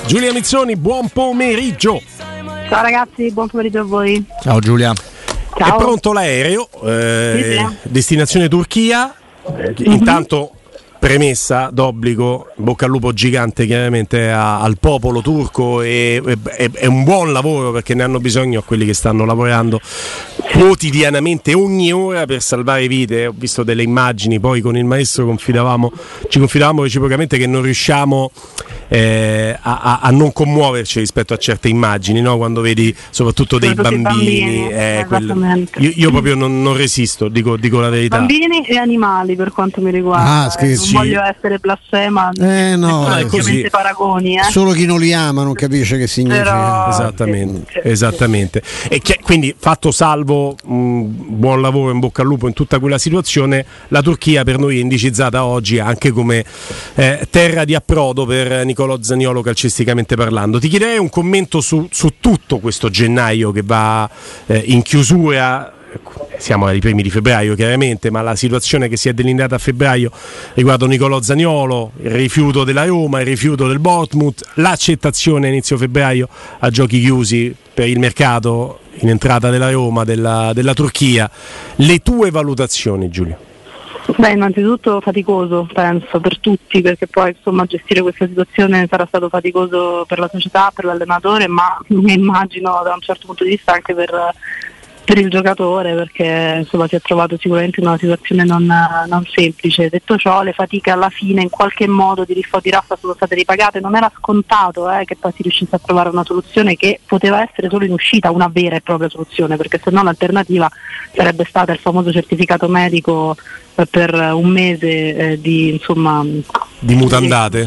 Giulia Mizzoni, buon pomeriggio. Ciao ragazzi, buon pomeriggio a voi. Ciao Giulia. Ciao. È pronto l'aereo, Sì. destinazione Turchia. Intanto premessa d'obbligo, bocca al lupo gigante chiaramente al popolo turco, e è un buon lavoro, perché ne hanno bisogno quelli che stanno lavorando quotidianamente ogni ora per salvare vite. Ho visto delle immagini, poi con il maestro ci confidavamo reciprocamente che non riusciamo a non commuoverci rispetto a certe immagini, no? Quando vedi soprattutto dei bambini, io proprio non resisto, dico la verità. Bambini e animali, per quanto mi riguarda. Non voglio essere blasfema, no, è così. Paragoni, Solo chi non li ama non capisce che significa. Però, esattamente. E quindi, fatto salvo, buon lavoro, in bocca al lupo in tutta quella situazione. La Turchia per noi è indicizzata oggi anche come terra di approdo per Nicolò Zaniolo, calcisticamente parlando. Ti chiederei un commento su tutto questo gennaio che va in chiusura. Siamo ai primi di febbraio chiaramente, ma la situazione che si è delineata a febbraio riguardo Nicolò Zaniolo, il rifiuto della Roma, il rifiuto del Bournemouth, l'accettazione a inizio febbraio a giochi chiusi per il mercato in entrata della Roma, della Turchia. Le tue valutazioni, Giulio? Beh, innanzitutto faticoso, penso, per tutti, perché poi insomma gestire questa situazione sarà stato faticoso per la società, per l'allenatore, ma mi immagino da un certo punto di vista anche per il giocatore, perché insomma si è trovato sicuramente in una situazione non semplice. Detto ciò, le fatiche alla fine in qualche modo di Riffo di Raffa sono state ripagate. Non era scontato che poi si riuscisse a trovare una soluzione che poteva essere solo in uscita, una vera e propria soluzione, perché se no l'alternativa sarebbe stata il famoso certificato medico per un mese di mutandate,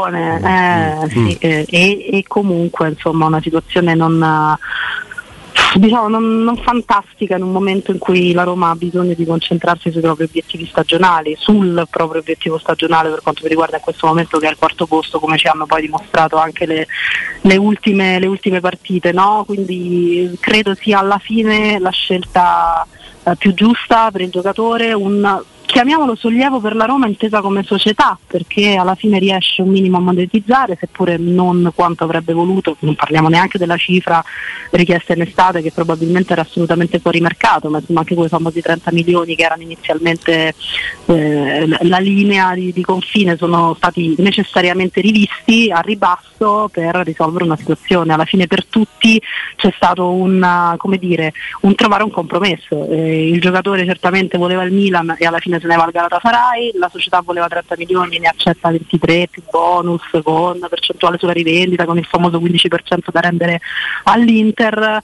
e comunque insomma una situazione non fantastica, in un momento in cui la Roma ha bisogno di concentrarsi sui propri obiettivi stagionali, sul proprio obiettivo stagionale per quanto mi riguarda in questo momento, che è il quarto posto, come ci hanno poi dimostrato anche le ultime partite, no? Quindi credo sia alla fine la scelta più giusta per il giocatore, chiamiamolo sollievo per la Roma intesa come società, perché alla fine riesce un minimo a monetizzare, seppure non quanto avrebbe voluto. Non parliamo neanche della cifra richiesta in estate, che probabilmente era assolutamente fuori mercato, ma insomma anche quei famosi 30 milioni che erano inizialmente la linea di confine sono stati necessariamente rivisti a ribasso per risolvere una situazione. Alla fine per tutti c'è stato un trovare un compromesso. Il giocatore certamente voleva il Milan e alla fine se ne va al Galatasaray, la società voleva 30 milioni, ne accetta 23 più bonus con percentuale sulla rivendita, con il famoso 15% da rendere all'Inter.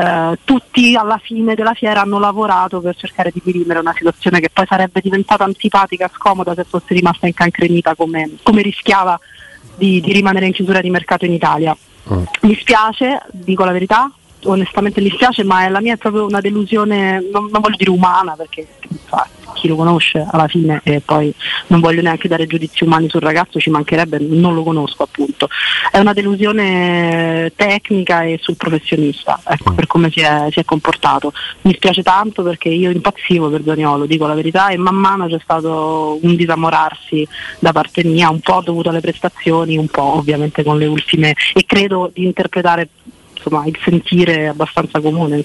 Tutti alla fine della fiera hanno lavorato per cercare di dirimere una situazione che poi sarebbe diventata antipatica, scomoda, se fosse rimasta incancrenita come rischiava di rimanere in chiusura di mercato in Italia. Mi spiace, dico la verità, onestamente mi spiace, ma la mia è proprio una delusione, non voglio dire umana, perché chi lo conosce alla fine, e poi non voglio neanche dare giudizi umani sul ragazzo, ci mancherebbe, non lo conosco appunto. È una delusione tecnica e sul professionista, ecco, per come si è comportato. Mi spiace tanto, perché io impazzivo per Zaniolo, dico la verità, e man mano c'è stato un disamorarsi da parte mia, un po' dovuto alle prestazioni, un po' ovviamente con le ultime, e credo di interpretare il sentire abbastanza comune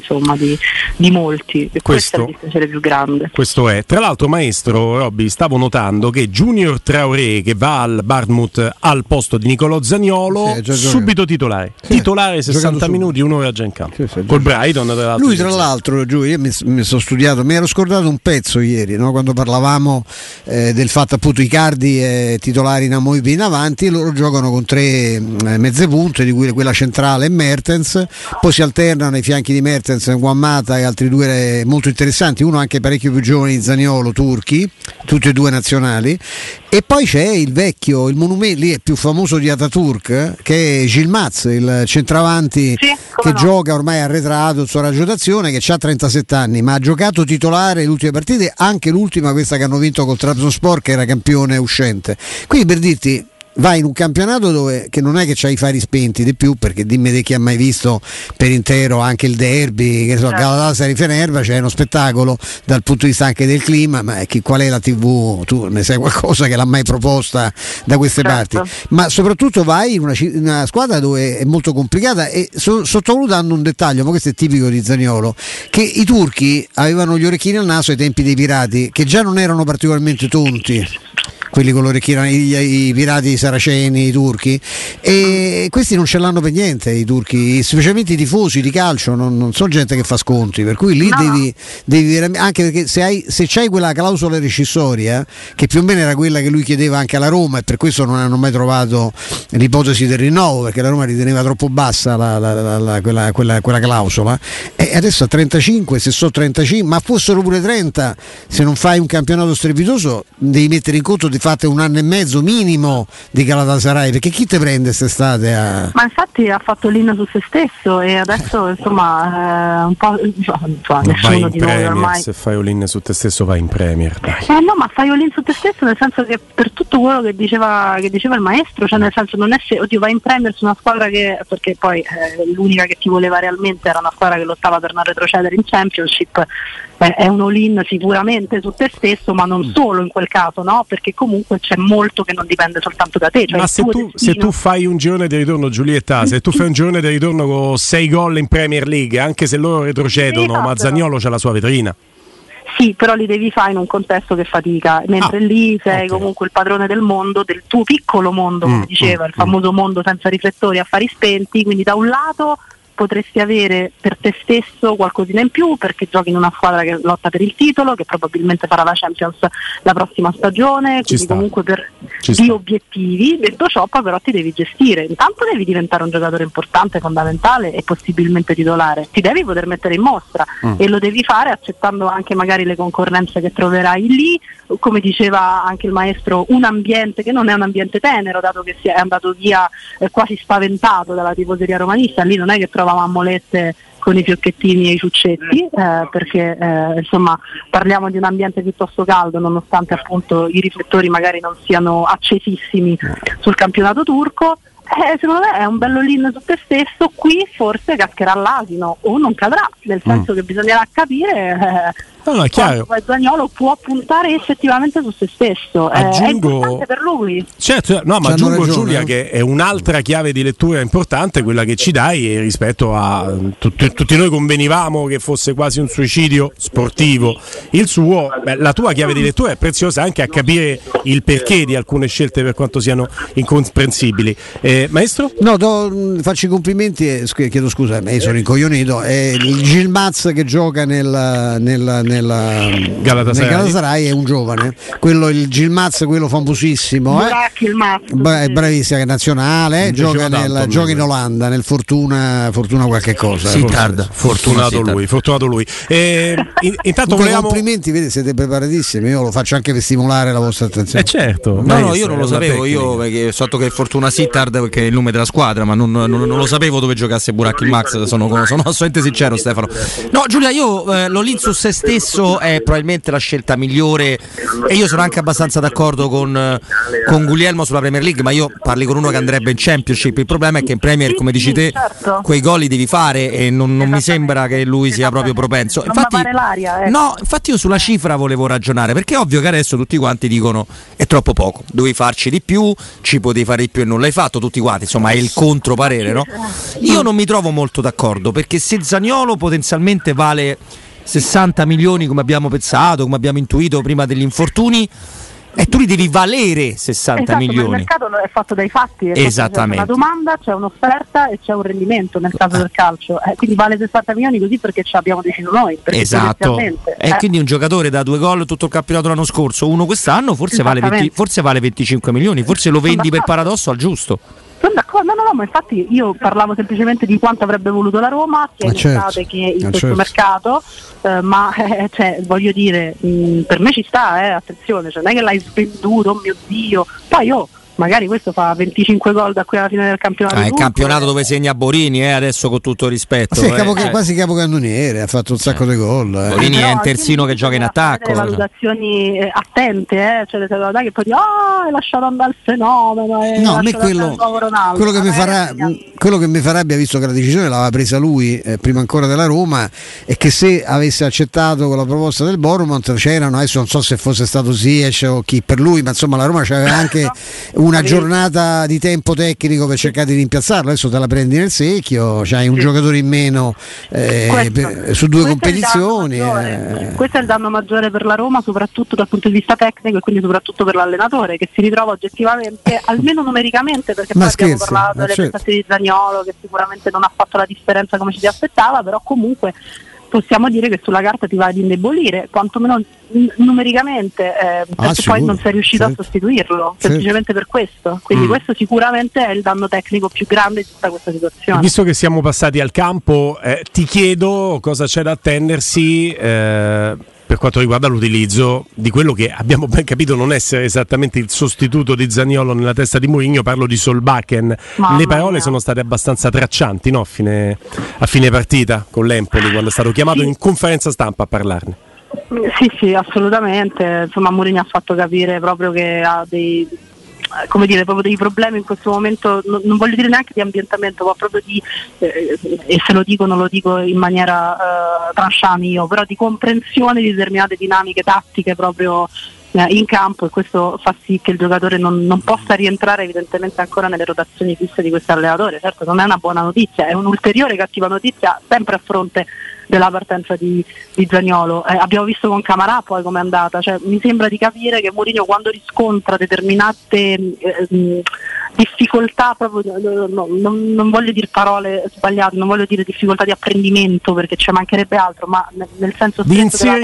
di molti, e questo è il dispiacere più grande. Questo è. Tra l'altro, maestro Robby, stavo notando che Junior Traoré, che va al Bournemouth al posto di Nicolò Zaniolo, subito titolare, 60 minuti, un'ora già in campo, col Brighton. Lui tra l'altro, Giù, io mi sono studiato, mi ero scordato un pezzo ieri, no? Quando parlavamo del fatto appunto Icardi titolari in Amoibi in avanti, e loro giocano con 3 mezze punte, di cui quella centrale è Mertens. Poi si alternano ai fianchi di Mertens Juan Mata e altri 2 molto interessanti, uno anche parecchio più giovane di Zaniolo, turchi, tutti e 2 nazionali. E poi c'è il vecchio, il monumento lì è più famoso di Ataturk, che è Yilmaz, il centravanti che gioca ormai arretrato, il suo raggio d'azione, che ha 37 anni, ma ha giocato titolare le ultime partite, anche l'ultima, questa che hanno vinto col Trabzonspor, che era campione uscente. Quindi, per dirti, vai in un campionato dove che non è che c'hai i fari spenti di più, perché dimmi te chi ha mai visto per intero anche il derby, che so, Galatasaray Fenerbahce, c'è uno spettacolo dal punto di vista anche del clima, ma qual è la TV? Tu ne sai qualcosa che l'ha mai proposta da queste parti? Ma soprattutto vai in una squadra dove è molto complicata, e sottovalutando un dettaglio, ma questo è tipico di Zaniolo, che i turchi avevano gli orecchini al naso ai tempi dei pirati, che già non erano particolarmente tonti, quelli con l'orecchino, i pirati saraceni, i turchi, e questi non ce l'hanno per niente, i turchi, specialmente i tifosi di calcio, non sono gente che fa sconti, per cui lì devi anche perché se c'hai quella clausola rescissoria, che più o meno era quella che lui chiedeva anche alla Roma, e per questo non hanno mai trovato l'ipotesi del rinnovo, perché la Roma riteneva troppo bassa quella clausola, e adesso a 35, se so 35, ma fossero pure 30, se non fai un campionato strepitoso devi mettere in conto, fate un anno e mezzo minimo di Galatasaray, perché chi te prende quest'estate Ma infatti ha fatto l'inno su se stesso, e adesso insomma un po' nessuno di noi ormai. Se fai all-in su te stesso vai in Premier, dai. No, ma fai all-in su te stesso nel senso che per tutto quello che diceva il maestro, cioè nel senso non è vai in Premier su una squadra perché poi l'unica che ti voleva realmente era una squadra che lottava per non retrocedere in Championship, è un all-in sicuramente su te stesso, ma non solo in quel caso, no? Perché comunque c'è molto che non dipende soltanto da te. Cioè ma se tu fai un girone di ritorno, Giulietta, se tu fai un girone di ritorno con 6 gol in Premier League, anche se loro retrocedono, ma Zaniolo c'ha la sua vetrina. Sì, però li devi fare in un contesto che fatica, mentre lì sei comunque il padrone del mondo, del tuo piccolo mondo, come diceva, il famoso mondo senza riflettori, affari spenti, quindi da un lato potresti avere per te stesso qualcosina in più, perché giochi in una squadra che lotta per il titolo, che probabilmente farà la Champions la prossima stagione, quindi comunque per obiettivi. Detto ciò, poi però ti devi gestire, intanto devi diventare un giocatore importante, fondamentale e possibilmente titolare, ti devi poter mettere in mostra e lo devi fare accettando anche magari le concorrenze che troverai lì, come diceva anche il maestro, un ambiente che non è un ambiente tenero, dato che è andato via quasi spaventato dalla tifoseria romanista. Lì non è che trovavamo Lette con i fiocchettini e i ciuccetti, perché insomma parliamo di un ambiente piuttosto caldo, nonostante appunto i riflettori magari non siano accesissimi sul campionato turco. Secondo me è un bello all-in su te stesso. Qui forse cascherà l'asino o non cadrà, nel senso che bisognerà capire è chiaro. Zaniolo può puntare effettivamente su se stesso, è importante per lui. Certo, no, ma aggiungo, Giulia, che è un'altra chiave di lettura importante quella che ci dai, rispetto a tutti noi convenivamo che fosse quasi un suicidio sportivo il suo. La tua chiave di lettura è preziosa anche a capire il perché di alcune scelte, per quanto siano incomprensibili. Maestro? No, faccio i complimenti e chiedo scusa, sono incoglionito. È il Gilmaz che gioca nel Galatasaray è un giovane, il Gilmaz, quello famosissimo, bravissimo, che è nazionale, gioca in Olanda, nel Fortuna qualche cosa. Fortunato lui. Intanto complimenti, vedi, siete preparatissimi, io lo faccio anche per stimolare la vostra attenzione. Certo. No, io non lo sapevo, io perché so che Fortuna Sittard, perché è il nome della squadra, ma non lo sapevo dove giocasse Burak Yilmaz, sono assolutamente sincero, Stefano. No, Giulia, io l'all-in su se stesso è probabilmente la scelta migliore, e io sono anche abbastanza d'accordo con Guglielmo sulla Premier League, ma io parli con uno che andrebbe in Championship. Il problema è che in Premier, come dici te, quei gol li devi fare, e non mi sembra che lui sia proprio propenso. Infatti io sulla cifra volevo ragionare, perché è ovvio che adesso tutti quanti dicono è troppo poco, dovevi farci di più, ci potevi fare di più e non l'hai fatto, tutti quanti, insomma è il controparere, no? Io non mi trovo molto d'accordo, perché se Zaniolo potenzialmente vale 60 milioni come abbiamo pensato, come abbiamo intuito prima degli infortuni, e tu li devi valere 60 milioni. Ma il mercato è fatto dai fatti, esattamente. C'è una domanda, c'è un'offerta e c'è un rendimento nel caso del calcio, quindi vale 60 milioni così perché ci abbiamo deciso noi. Esatto. E quindi un giocatore da 2 gol tutto il campionato l'anno scorso, uno quest'anno, forse vale 25 milioni, forse lo vendi per paradosso al giusto. Sono d'accordo, no, ma infatti io parlavo semplicemente di quanto avrebbe voluto la Roma, sia in estate che in questo mercato, ma voglio dire, per me ci sta, attenzione, cioè non è che l'hai svenduto, oh mio Dio, poi magari questo fa 25 gol da qui alla fine del campionato. Il campionato dove segna Borini, adesso con tutto rispetto. Sì, quasi capocannoniere, ha fatto un sacco di gol. Borini è un terzino che gioca in attacco. Le valutazioni attente, cioè le guardate che poi hai lasciato andare il fenomeno. No, a me quello che mi farebbe, visto che la decisione l'aveva presa lui prima ancora della Roma, è che se avesse accettato con la proposta del Bournemouth c'erano, adesso non so se fosse stato Ziyech o chi per lui, ma insomma la Roma c'aveva anche una giornata di tempo tecnico per cercare di rimpiazzarlo. Adesso te la prendi nel secchio, c'hai un giocatore in meno su due competizioni. Questo è il danno maggiore per la Roma, soprattutto dal punto di vista tecnico e quindi soprattutto per l'allenatore, che si ritrova oggettivamente, almeno numericamente, perché poi abbiamo parlato delle prestazioni di Zaniolo, che sicuramente non ha fatto la differenza come ci si aspettava, però comunque possiamo dire che sulla carta ti va ad indebolire, quantomeno numericamente, perché poi non sei riuscito a sostituirlo, semplicemente per questo. Quindi questo sicuramente è il danno tecnico più grande di tutta questa situazione. Visto che siamo passati al campo, ti chiedo cosa c'è da attendersi per quanto riguarda l'utilizzo di quello che abbiamo ben capito non essere esattamente il sostituto di Zaniolo nella testa di Mourinho. Parlo di Solbakken. Le parole sono state abbastanza traccianti, no? A fine partita con l'Empoli, quando è stato chiamato in conferenza stampa a parlarne. Sì, assolutamente. Insomma, Mourinho ha fatto capire proprio che ha proprio dei problemi in questo momento, non voglio dire neanche di ambientamento, ma proprio di, e se lo dico non lo dico in maniera tranchant io, però di comprensione di determinate dinamiche tattiche proprio in campo, e questo fa sì che il giocatore non possa rientrare evidentemente ancora nelle rotazioni fisse di questo allenatore. Certo, non è una buona notizia, è un'ulteriore cattiva notizia sempre a fronte della partenza di Zaniolo. Abbiamo visto con Camarà poi com'è andata, cioè, mi sembra di capire che Mourinho, quando riscontra determinate difficoltà, proprio non voglio dire parole sbagliate, non voglio dire difficoltà di apprendimento, perché ci mancherebbe altro, ma nel senso di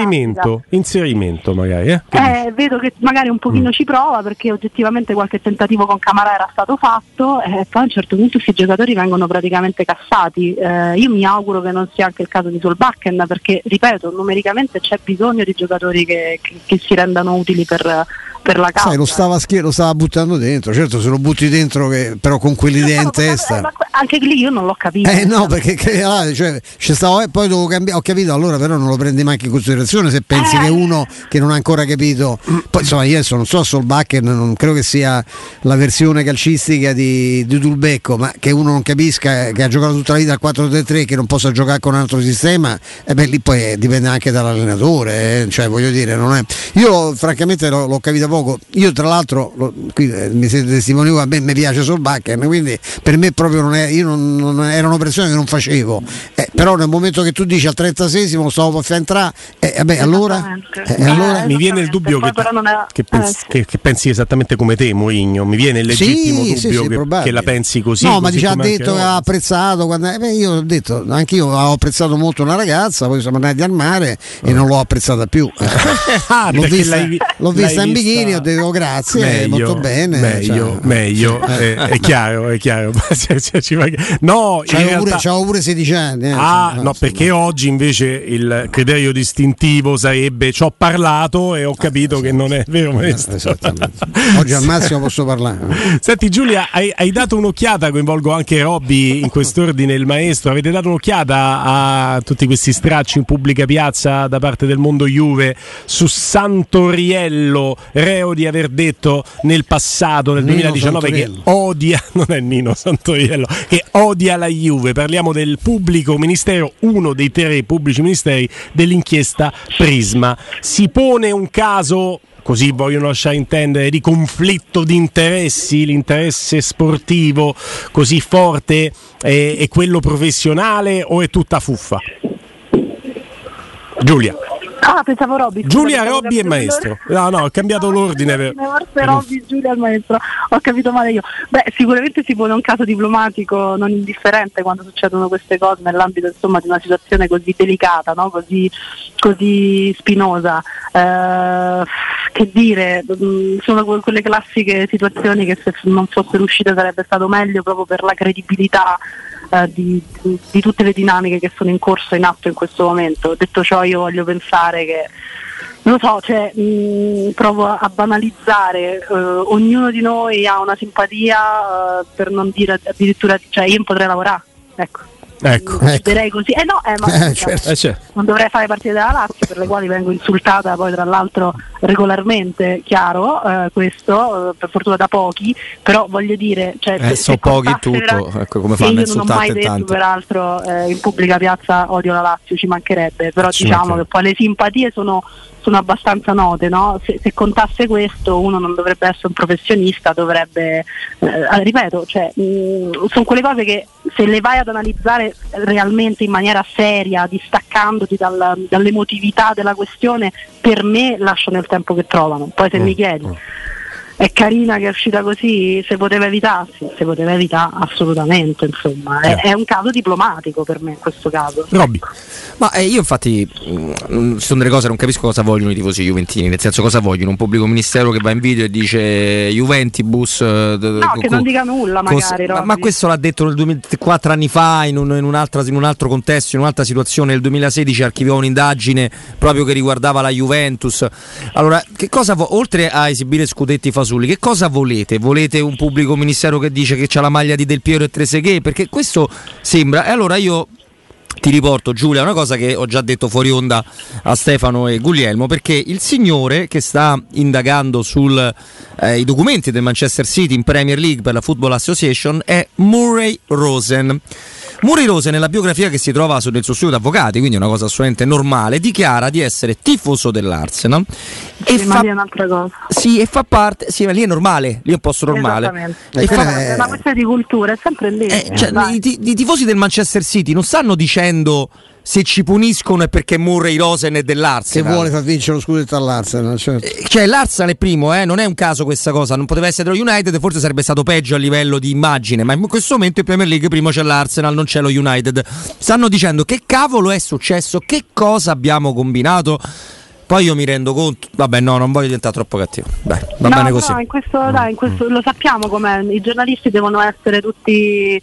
inserimento magari vedo che magari un pochino ci prova, perché oggettivamente qualche tentativo con Camarà era stato fatto, e poi a un certo punto questi giocatori vengono praticamente cassati. Io mi auguro che non sia anche il caso di Solbakken, perché ripeto, numericamente c'è bisogno di giocatori che si rendano utili per la causa. Sai, lo stava buttando dentro, certo, se lo butti dentro però con quell'idea in testa. Anche lì io non l'ho capito. No, perché cioè, poi ho capito, allora però non lo prendi mai in considerazione se pensi che uno che non ha ancora capito. Poi insomma, io adesso non so, Solbakken non credo che sia la versione calcistica di Dulbecco, ma che uno non capisca, che ha giocato tutta la vita al 4-3-3, che non possa giocare con un altro sistema, lì poi dipende anche dall'allenatore, cioè voglio dire, non è. Io francamente l'ho capito poco. Io tra l'altro mi siete testimoni, a me mi piace Solbakken, quindi per me proprio non è, io non era un'operazione che non facevo, però nel momento che tu dici al 36esimo stavo per entrare, allora mi viene il dubbio che pensi esattamente come te, Mourinho. Mi viene il legittimo dubbio che la pensi così. No, ma dice, ha detto che ha apprezzato quando, io ho detto, anche io ho apprezzato molto una ragazza, poi siamo andati al mare e non l'ho apprezzata più. L'ho vista in bikini, ho detto grazie, molto bene. Meglio, è chiaro. No, c'avevo pure 16 anni. Perché oggi invece il criterio distintivo sarebbe ci ho parlato e ho capito che non è vero, maestro. Oggi al massimo posso parlare. Senti Giulia, hai dato un'occhiata, coinvolgo anche Robby in quest'ordine, il maestro, avete dato un'occhiata a tutti questi stracci in pubblica piazza da parte del mondo Juve su Santoriello, reo di aver detto nel passato, nel 2019, che odia, non è Nino Santoriello, che odia la Juve. Parliamo del pubblico ministero, uno dei 3 pubblici ministeri dell'inchiesta Prisma. Si pone un caso, così vogliono lasciare intendere, di conflitto di interessi, l'interesse sportivo così forte è quello professionale o è tutta fuffa? Giulia. Pensavo Robby. Giulia, Robby e maestro. No, ho cambiato l'ordine. Forse Robby, Giulia e maestro. Ho capito male io. Sicuramente si pone un caso diplomatico non indifferente quando succedono queste cose nell'ambito, insomma, di una situazione così delicata, no? Così spinosa. Che dire, sono quelle classiche situazioni che se non fossero uscite sarebbe stato meglio, proprio per la credibilità di tutte le dinamiche che sono in corso, in atto in questo momento. Detto ciò, io voglio pensare che, non lo so, cioè, provo a banalizzare, ognuno di noi ha una simpatia, per non dire addirittura, cioè io potrei lavorare, ecco. Direi così. Certo. Non dovrei fare partite della Lazio, per le quali vengo insultata poi tra l'altro regolarmente, chiaro, questo per fortuna da pochi, però voglio dire, cioè, sono pochi tutto, ecco, come fanno a insultarti. Io non ho mai detto peraltro in pubblica piazza odio la Lazio, ci mancherebbe, però diciamo che poi le simpatie sono abbastanza note, no? Se contasse questo, uno non dovrebbe essere un professionista, dovrebbe ripeto, cioè, sono quelle cose che se le vai ad analizzare realmente in maniera seria, distaccandoti dall'emotività della questione, per me lasciano il tempo che trovano. Poi se mi chiedi è carina che è uscita così, se poteva evitarsi, assolutamente, insomma, è un caso diplomatico per me in questo caso. Robby. Ma io infatti ci sono delle cose che non capisco cosa vogliono i tifosi juventini, nel senso, cosa vogliono? Un pubblico ministero che va in video e dice Juventibus, che non dica nulla magari, ma questo l'ha detto nel 2004 anni fa in un altro contesto, in un'altra situazione. Nel 2016 archiviò un'indagine proprio che riguardava la Juventus. Allora, che cosa oltre a esibire scudetti fasulli, che cosa volete? Volete un pubblico ministero che dice che c'ha la maglia di Del Piero e Trezeguet? Perché questo sembra. E allora io ti riporto, Giulia, una cosa che ho già detto fuori onda a Stefano e Guglielmo, perché il signore che sta indagando sui documenti del Manchester City in Premier League per la Football Association è Murray Rosen. Murray Rosen, nella biografia che si trova nel suo studio d'avvocati, quindi una cosa assolutamente normale, dichiara di essere tifoso dell'Arsenal ma lì è un'altra cosa. Sì, e fa parte, sì, ma lì è normale, lì è un posto normale. È una questione di cultura, è sempre lì. I tifosi del Manchester City non stanno dicendo se ci puniscono è perché Murray Rosen è dell'Arsenal, che vuole far vincere lo scudetto all'Arsenal, certo. Cioè l'Arsenal è primo, non è un caso questa cosa, non poteva essere lo United, forse sarebbe stato peggio a livello di immagine, ma in questo momento in Premier League primo c'è l'Arsenal, non c'è lo United. Stanno dicendo che cavolo è successo, che cosa abbiamo combinato. Poi io mi rendo conto, vabbè, no, non voglio diventare troppo cattivo. Dai, va bene così. No, in questo lo sappiamo com'è, i giornalisti devono essere tutti.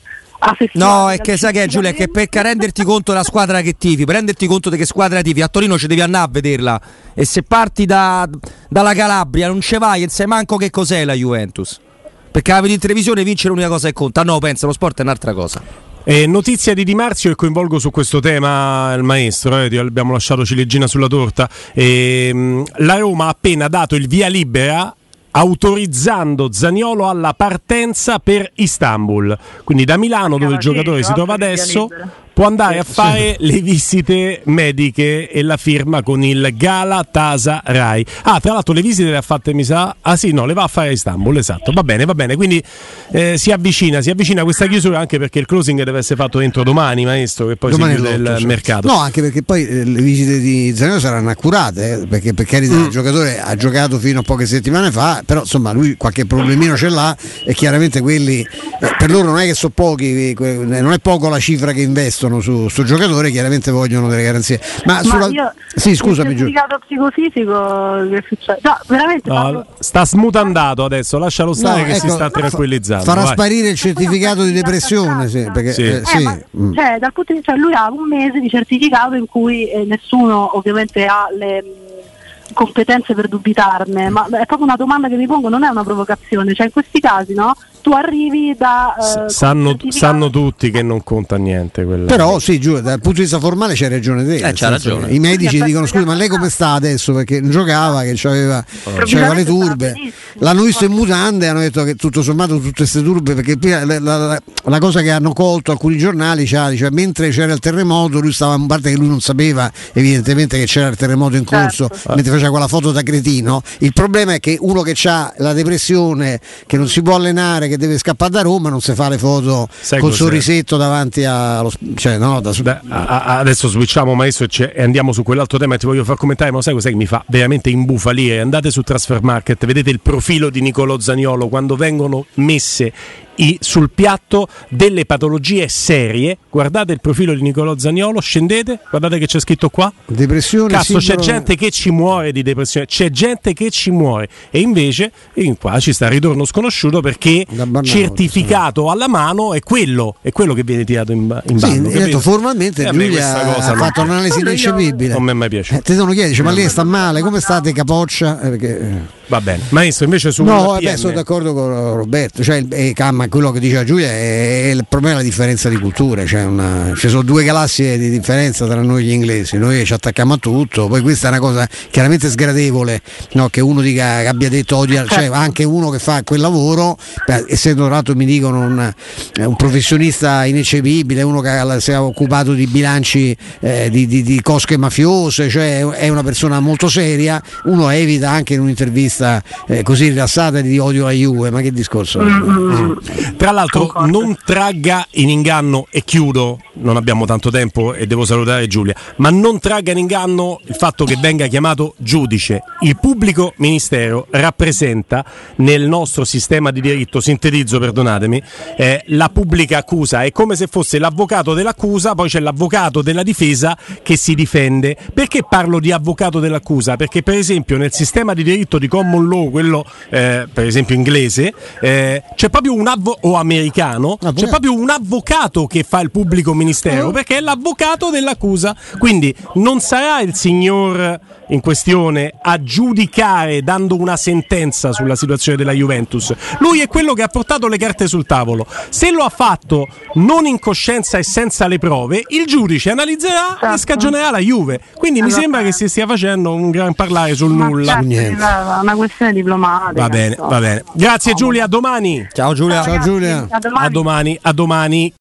No, è che sai che Giulia, è che per renderti conto della squadra che tifi, per renderti conto di che squadra tifi, a Torino ci devi andare a vederla, e se parti dalla Calabria non ce vai e sai manco che cos'è la Juventus, perché la vedi in televisione, vincere è l'unica cosa che conta. No, pensa, lo sport è un'altra cosa. Notizia di Di Marzio, e coinvolgo su questo tema il maestro, abbiamo lasciato ciliegina sulla torta. La Roma ha appena dato il via libera autorizzando Zaniolo alla partenza per Istanbul, quindi da Milano, dove il giocatore si trova adesso, può andare a fare le visite mediche e la firma con il Galatasaray. Tra l'altro le visite le ha fatte, mi sa, le va a fare a Istanbul, esatto, va bene, quindi si avvicina questa chiusura, anche perché il closing deve essere fatto entro domani, maestro, che poi domani si chiude il mercato. No, anche perché poi le visite di Zaniolo saranno accurate, perché per carità il giocatore ha giocato fino a poche settimane fa, però insomma lui qualche problemino ce l'ha, e chiaramente quelli per loro non è che sono pochi, non è poco la cifra che investono su sto giocatore, chiaramente vogliono delle garanzie. Ma sì, scusami, Giulio. Il certificato psicofisico che succede? No, veramente sta smutandato adesso, lascialo stare, che si sta tranquillizzando. Farà sparire il certificato di depressione, perché cioè, dal punto di vista, lui ha un mese di certificato in cui nessuno ovviamente ha le competenze per dubitarne, ma è proprio una domanda che mi pongo, non è una provocazione, cioè in questi casi, no? Tu arrivi da sanno tutti che non conta niente quella. Però sì, Giulio, dal punto di vista formale c'è ragione te, c'ha ragione. I medici dicono scusa, ma lei come sta adesso, perché non giocava, che c'aveva le turbe, l'hanno visto in mutande, hanno detto che tutto sommato tutte queste turbe, perché la cosa che hanno colto alcuni giornali, cioè, mentre c'era il terremoto lui stava, in parte che lui non sapeva evidentemente che c'era il terremoto in corso, mentre faceva quella foto da cretino. Il problema è che uno che ha la depressione, che non si può allenare, che deve scappare da Roma, non si fa le foto col sorrisetto davanti allo, cioè, no, adesso switchiamo, maestro, e andiamo su quell'altro tema che ti voglio far commentare, ma sai cos'è che mi fa veramente imbufalire? Andate su Transfermarkt, vedete il profilo di Nicolò Zaniolo, quando vengono messe sul piatto delle patologie serie. Guardate il profilo di Nicolò Zaniolo, scendete, guardate che c'è scritto qua. Depressione. Cazzo, c'è gente che ci muore di depressione, c'è gente che ci muore, e invece qua ci sta Ritorno Sconosciuto, perché certificato alla mano è quello che viene tirato in ballo. Sì, detto, formalmente Giulia ha fatto un'analisi ineccepibile. Non mi è mai piaciuto. Ti devono chiedere, ma lei sta male, come state Capoccia? Va bene, maestro, invece su sono d'accordo con Roberto, cioè quello che diceva Giulia è il problema della differenza di culture, ci sono due galassie di differenza tra noi e gli inglesi, noi ci attacchiamo a tutto, poi questa è una cosa chiaramente sgradevole, no? Che uno dica, che abbia detto odia, cioè anche uno che fa quel lavoro, essendo tra l'altro mi dicono un professionista ineccepibile, uno che si è occupato di bilanci di cosche mafiose, cioè è una persona molto seria, uno evita anche in un'intervista così rilassata di odio alla Juve, ma che discorso Tra l'altro non tragga in inganno, e chiudo, non abbiamo tanto tempo e devo salutare Giulia, ma non tragga in inganno il fatto che venga chiamato giudice. Il pubblico ministero rappresenta nel nostro sistema di diritto, sintetizzo, perdonatemi, la pubblica accusa, è come se fosse l'avvocato dell'accusa, poi c'è l'avvocato della difesa che si difende. Perché parlo di avvocato dell'accusa? Perché per esempio nel sistema di diritto di common law, quello per esempio inglese, c'è proprio o americano, c'è proprio un avvocato che fa il pubblico ministero, perché è l'avvocato dell'accusa. Quindi non sarà il signor in questione a giudicare dando una sentenza sulla situazione della Juventus, lui è quello che ha portato le carte sul tavolo. Se lo ha fatto non in coscienza e senza le prove, il giudice analizzerà e scagionerà la Juve. Quindi mi sembra che si stia facendo un gran parlare sul nulla. Una questione diplomatica. Va bene. Grazie Giulia, a domani. Ciao Giulia. Ciao Giulia. A domani. A domani.